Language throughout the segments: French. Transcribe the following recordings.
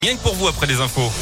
Rien que pour vous après les infos.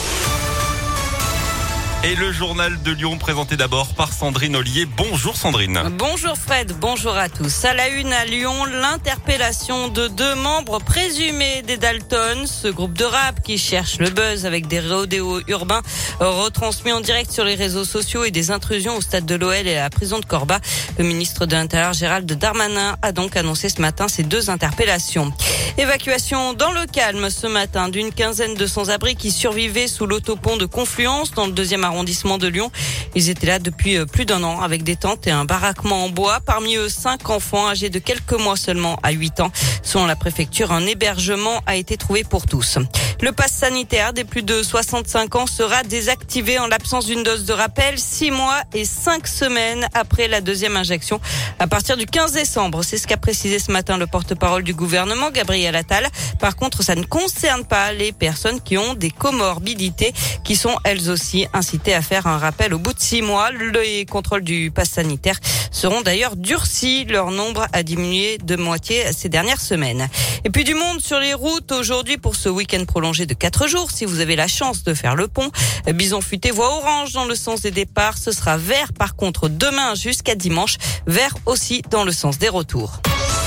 Et le journal de Lyon présenté d'abord par Sandrine Ollier. Bonjour Sandrine. Bonjour Fred, bonjour à tous. À la une à Lyon, l'interpellation de 2 membres présumés des Dalton, ce groupe de rap qui cherche le buzz avec des rodéos urbains retransmis en direct sur les réseaux sociaux et des intrusions au stade de l'OL et à la prison de Corba. Le ministre de l'Intérieur Gérald Darmanin a donc annoncé ce matin ces 2 interpellations. Évacuation dans le calme ce matin d'une quinzaine de sans-abri qui survivaient sous l'autopont de Confluence dans le 2e arrondissement de Lyon. Ils étaient là depuis plus d'1 an avec des tentes et un baraquement en bois. Parmi eux, 5 enfants âgés de quelques mois seulement à 8 ans. Selon la préfecture, un hébergement a été trouvé pour tous. Le pass sanitaire des plus de 65 ans sera désactivé en l'absence d'une dose de rappel 6 mois et 5 semaines après la 2e injection à partir du 15 décembre. C'est ce qu'a précisé ce matin le porte-parole du gouvernement, Gabriel Attal. Par contre, ça ne concerne pas les personnes qui ont des comorbidités qui sont elles aussi incitées à faire un rappel au bout de 6 mois. Les contrôles du pass sanitaire seront d'ailleurs durcis. Leur nombre a diminué de moitié ces dernières semaines. Et puis du monde sur les routes aujourd'hui pour ce week-end prolongé de 4 jours. Si vous avez la chance de faire le pont, Bison Futé voie orange dans le sens des départs. Ce sera vert par contre demain jusqu'à dimanche. Vert aussi dans le sens des retours.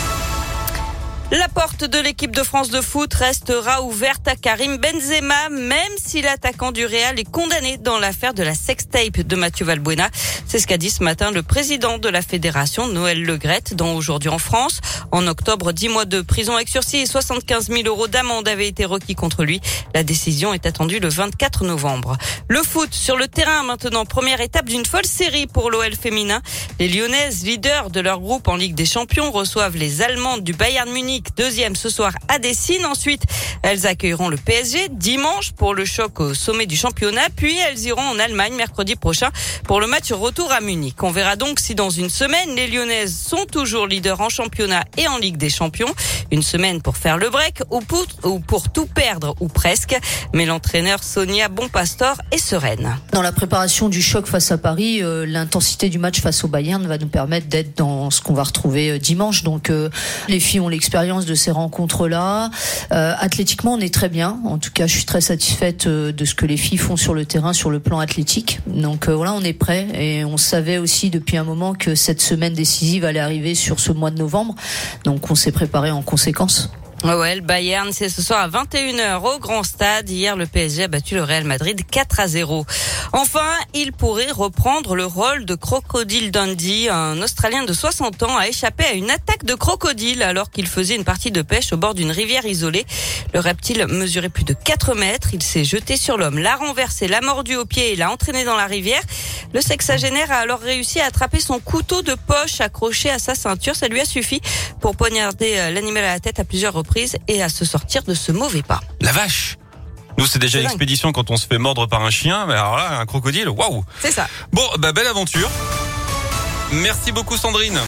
La porte de l'équipe de France de foot restera ouverte à Karim Benzema, même si l'attaquant du Real est condamné dans l'affaire de la sextape de Mathieu Valbuena. C'est ce qu'a dit ce matin le président de la fédération, Noël Le Graët, dans Aujourd'hui en France. En octobre, 10 mois de prison avec sursis et 75 000 € d'amende avaient été requis contre lui. La décision est attendue le 24 novembre. Le foot sur le terrain maintenant, première étape d'une folle série pour l'OL féminin. Les Lyonnaises, leaders de leur groupe en Ligue des Champions, reçoivent les Allemandes du Bayern Munich, 2e ce soir à Dessine. Ensuite, elles accueilleront le PSG dimanche pour le choc au sommet du championnat. Puis elles iront en Allemagne mercredi prochain pour le match retour à Munich. On verra donc si dans une semaine, les Lyonnaises sont toujours leaders en championnat et en Ligue des Champions. Une semaine pour faire le break ou pour tout perdre ou presque. Mais l'entraîneur Sonia Bonpastor est sereine. Dans la préparation du choc face à Paris, l'intensité du match face au Bayern va nous permettre d'être dans ce qu'on va retrouver dimanche. Donc les filles ont l'expérience de ces rencontres-là. Athlétiquement, on est très bien. En tout cas, je suis très satisfaite de ce que les filles font sur le terrain, sur le plan athlétique. Donc voilà, on est prêt. Et on savait aussi depuis un moment que cette semaine décisive allait arriver sur ce mois de novembre. Donc on s'est préparé en conséquence. Ouais, le Bayern, c'est ce soir à 21h au Grand Stade. Hier, le PSG a battu le Real Madrid 4-0. Enfin, il pourrait reprendre le rôle de Crocodile Dundee. Un Australien de 60 ans a échappé à une attaque de crocodile alors qu'il faisait une partie de pêche au bord d'une rivière isolée. Le reptile mesurait plus de 4 mètres. Il s'est jeté sur l'homme, l'a renversé, l'a mordu au pied et l'a entraîné dans la rivière. Le sexagénaire a alors réussi à attraper son couteau de poche accroché à sa ceinture. Ça lui a suffi pour poignarder l'animal à la tête à plusieurs reprises et à se sortir de ce mauvais pas. La vache! Nous, c'est déjà une expédition quand on se fait mordre par un chien. Mais alors là, un crocodile, waouh! C'est ça. Bon, belle aventure. Merci beaucoup Sandrine.